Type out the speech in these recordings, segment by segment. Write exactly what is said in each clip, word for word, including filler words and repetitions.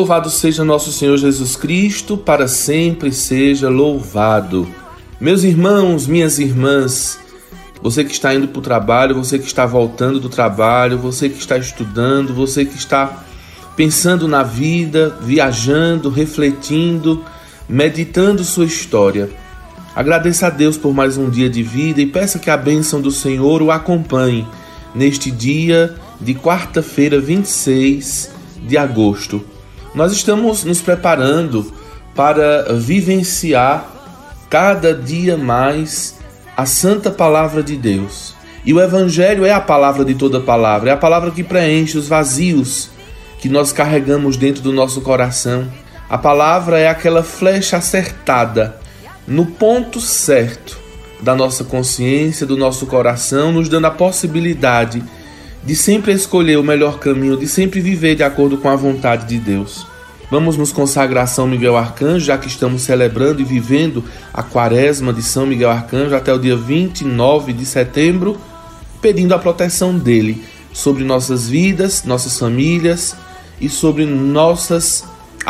Louvado seja nosso Senhor Jesus Cristo, para sempre seja louvado. Meus irmãos, minhas irmãs, você que está indo para o trabalho, você que está voltando do trabalho, você que está estudando, você que está pensando na vida, viajando, refletindo, meditando sua história. Agradeça a Deus por mais um dia de vida e peça que a bênção do Senhor o acompanhe neste dia de quarta-feira, vinte e seis de agosto. Nós estamos nos preparando para vivenciar cada dia mais a santa palavra de Deus. E o Evangelho é a palavra de toda palavra, é a palavra que preenche os vazios que nós carregamos dentro do nosso coração. A palavra é aquela flecha acertada no ponto certo da nossa consciência, do nosso coração, nos dando a possibilidade de sempre escolher o melhor caminho, de sempre viver de acordo com a vontade de Deus. Vamos nos consagrar a São Miguel Arcanjo, já que estamos celebrando e vivendo a quaresma de São Miguel Arcanjo até o dia vinte e nove de setembro, pedindo a proteção dele sobre nossas vidas, nossas famílias e sobre nossas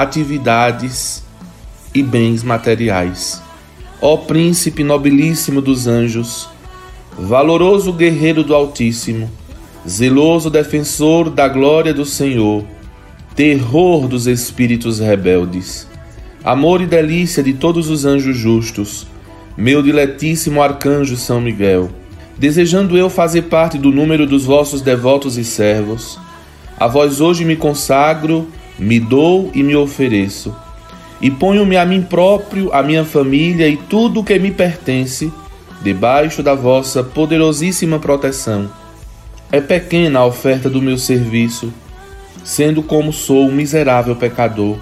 atividades e bens materiais. Ó Príncipe nobilíssimo dos anjos, valoroso guerreiro do Altíssimo, zeloso defensor da glória do Senhor, terror dos espíritos rebeldes, amor e delícia de todos os anjos justos, meu diletíssimo arcanjo São Miguel, desejando eu fazer parte do número dos vossos devotos e servos, a vós hoje me consagro, me dou e me ofereço, e ponho-me a mim próprio, a minha família e tudo o que me pertence, debaixo da vossa poderosíssima proteção. É pequena a oferta do meu serviço, sendo como sou um miserável pecador,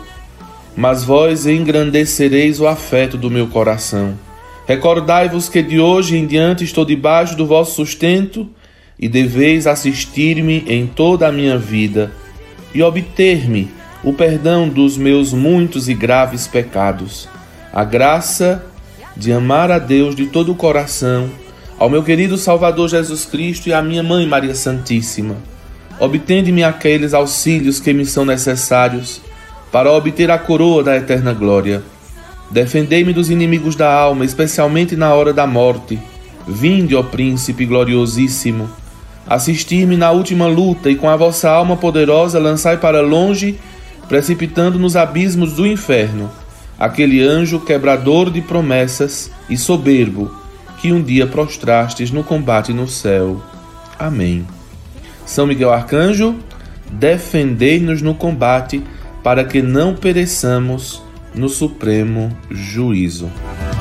mas vós engrandecereis o afeto do meu coração. Recordai-vos que de hoje em diante estou debaixo do vosso sustento e deveis assistir-me em toda a minha vida e obter-me o perdão dos meus muitos e graves pecados, a graça de amar a Deus de todo o coração, ao meu querido Salvador Jesus Cristo e à minha Mãe Maria Santíssima. Obtende-me aqueles auxílios que me são necessários para obter a coroa da eterna glória. Defendei-me dos inimigos da alma, especialmente na hora da morte. Vinde, ó Príncipe gloriosíssimo, assistir-me na última luta e com a vossa alma poderosa lançai para longe, precipitando nos abismos do inferno, aquele anjo quebrador de promessas e soberbo que um dia prostrastes no combate no céu. Amém. São Miguel Arcanjo, defendei-nos no combate para que não pereçamos no supremo juízo.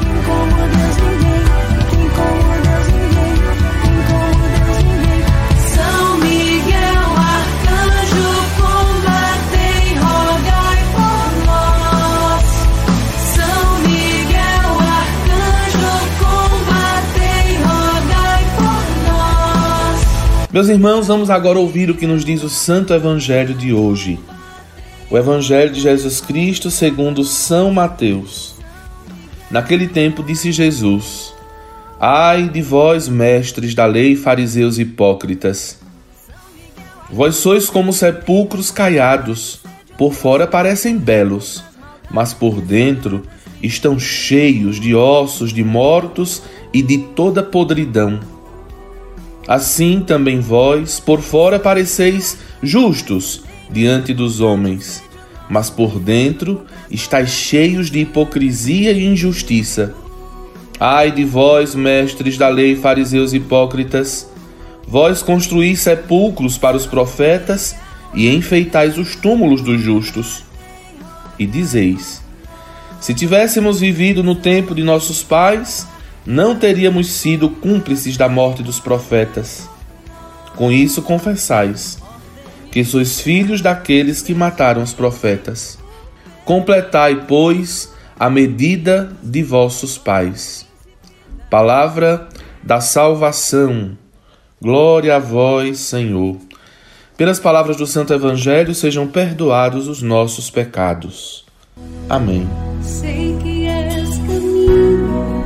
Meus irmãos, vamos agora ouvir o que nos diz o Santo Evangelho de hoje. O Evangelho de Jesus Cristo segundo São Mateus. Naquele tempo disse Jesus: Ai de vós, mestres da lei, fariseus hipócritas! Vós sois como sepulcros caiados, por fora parecem belos, mas por dentro estão cheios de ossos de mortos e de toda podridão. Assim também vós, por fora, pareceis justos diante dos homens, mas por dentro estáis cheios de hipocrisia e injustiça. Ai de vós, mestres da lei, fariseus hipócritas! Vós construís sepulcros para os profetas e enfeitais os túmulos dos justos. E dizeis: se tivéssemos vivido no tempo de nossos pais, não teríamos sido cúmplices da morte dos profetas. Com isso confessais que sois filhos daqueles que mataram os profetas. Completai, pois, a medida de vossos pais. Palavra da salvação. Glória a vós, Senhor. Pelas palavras do Santo Evangelho sejam perdoados os nossos pecados. Amém. Sei que és caminho,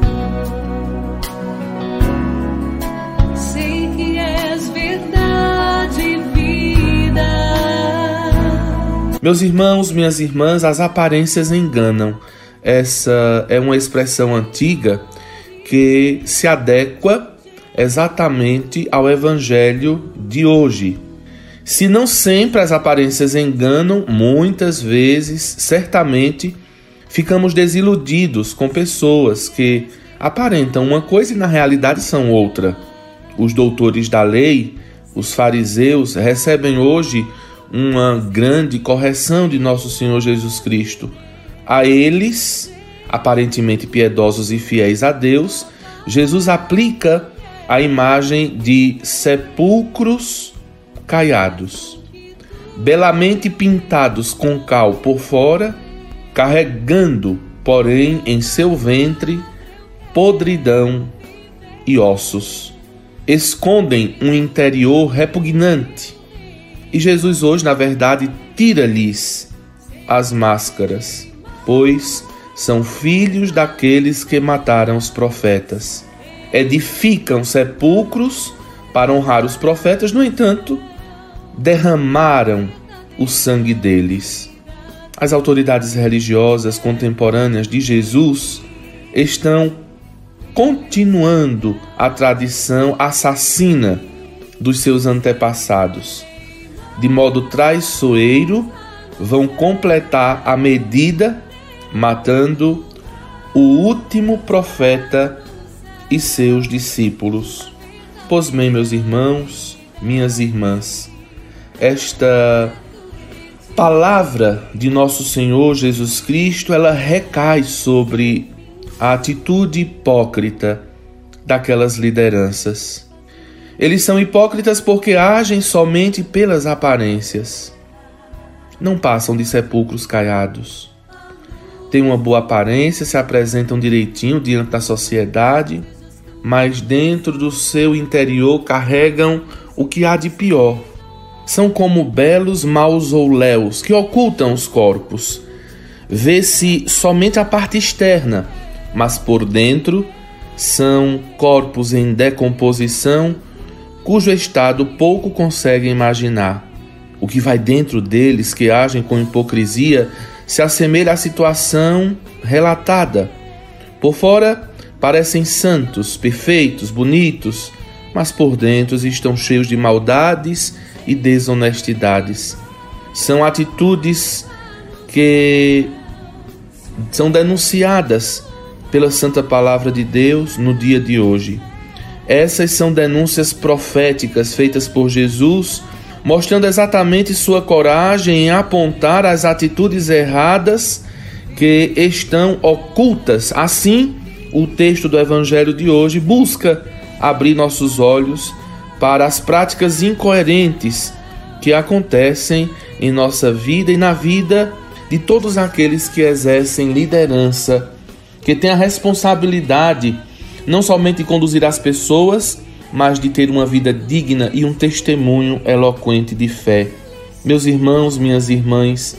sei que és verdade e vida. Meus irmãos, minhas irmãs, as aparências enganam. Essa é uma expressão antiga que se adequa exatamente ao evangelho de hoje. Se não sempre as aparências enganam, muitas vezes, certamente, ficamos desiludidos com pessoas que aparentam uma coisa e na realidade são outra. Os doutores da lei, os fariseus, recebem hoje uma grande correção de nosso Senhor Jesus Cristo. A eles, aparentemente piedosos e fiéis a Deus, Jesus aplica a imagem de sepulcros caiados, belamente pintados com cal por fora, carregando, porém, em seu ventre podridão e ossos. Escondem um interior repugnante. E Jesus hoje, na verdade, tira-lhes as máscaras, pois são filhos daqueles que mataram os profetas. Edificam sepulcros para honrar os profetas, no entanto, derramaram o sangue deles. As autoridades religiosas contemporâneas de Jesus estão continuando a tradição assassina dos seus antepassados. De modo traiçoeiro, vão completar a medida, matando o último profeta e seus discípulos. Pois bem, meus irmãos, minhas irmãs, esta palavra de nosso Senhor Jesus Cristo, ela recai sobre a atitude hipócrita daquelas lideranças. Eles são hipócritas porque agem somente pelas aparências. Não passam de sepulcros caiados. Têm uma boa aparência, se apresentam direitinho diante da sociedade, mas dentro do seu interior carregam o que há de pior. São como belos mausoléus que ocultam os corpos. Vê-se somente a parte externa, mas por dentro são corpos em decomposição, cujo estado pouco conseguem imaginar. O que vai dentro deles, que agem com hipocrisia, se assemelha à situação relatada. Por fora, parecem santos, perfeitos, bonitos, mas por dentro estão cheios de maldades e desonestidades. São atitudes que são denunciadas pela Santa Palavra de Deus no dia de hoje. Essas são denúncias proféticas feitas por Jesus, mostrando exatamente sua coragem em apontar as atitudes erradas que estão ocultas. Assim, o texto do Evangelho de hoje busca abrir nossos olhos para as práticas incoerentes que acontecem em nossa vida e na vida de todos aqueles que exercem liderança, que têm a responsabilidade não somente de conduzir as pessoas, mas de ter uma vida digna e um testemunho eloquente de fé. Meus irmãos, minhas irmãs,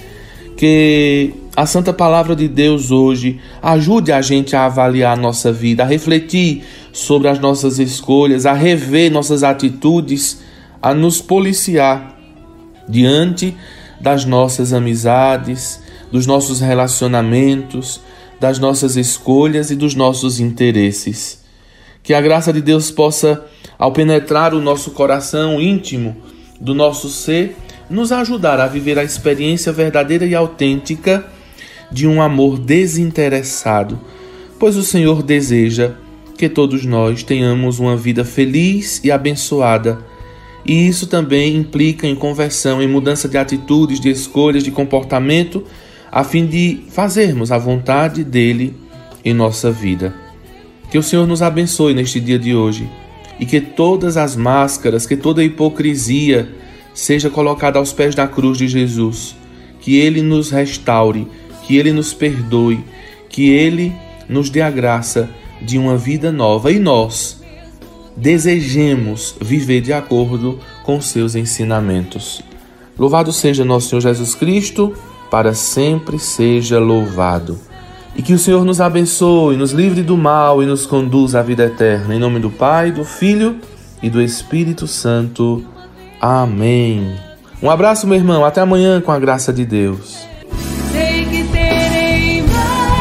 que a Santa Palavra de Deus hoje ajude a gente a avaliar a nossa vida, a refletir sobre as nossas escolhas, a rever nossas atitudes, a nos policiar diante das nossas amizades, dos nossos relacionamentos, das nossas escolhas e dos nossos interesses. Que a graça de Deus possa, ao penetrar o nosso coração íntimo do nosso ser, nos ajudar a viver a experiência verdadeira e autêntica de um amor desinteressado, pois o Senhor deseja que todos nós tenhamos uma vida feliz e abençoada, e isso também implica em conversão, em mudança de atitudes, de escolhas, de comportamento, a fim de fazermos a vontade dele em nossa vida. Que o Senhor nos abençoe neste dia de hoje e que todas as máscaras, que toda a hipocrisia seja colocada aos pés da cruz de Jesus, que Ele nos restaure, que Ele nos perdoe, que Ele nos dê a graça de uma vida nova e nós desejemos viver de acordo com seus ensinamentos. Louvado seja nosso Senhor Jesus Cristo, para sempre seja louvado. E que o Senhor nos abençoe, nos livre do mal e nos conduza à vida eterna. Em nome do Pai, do Filho e do Espírito Santo. Amém. Um abraço, meu irmão. Até amanhã, com a graça de Deus. Sei que terei mais.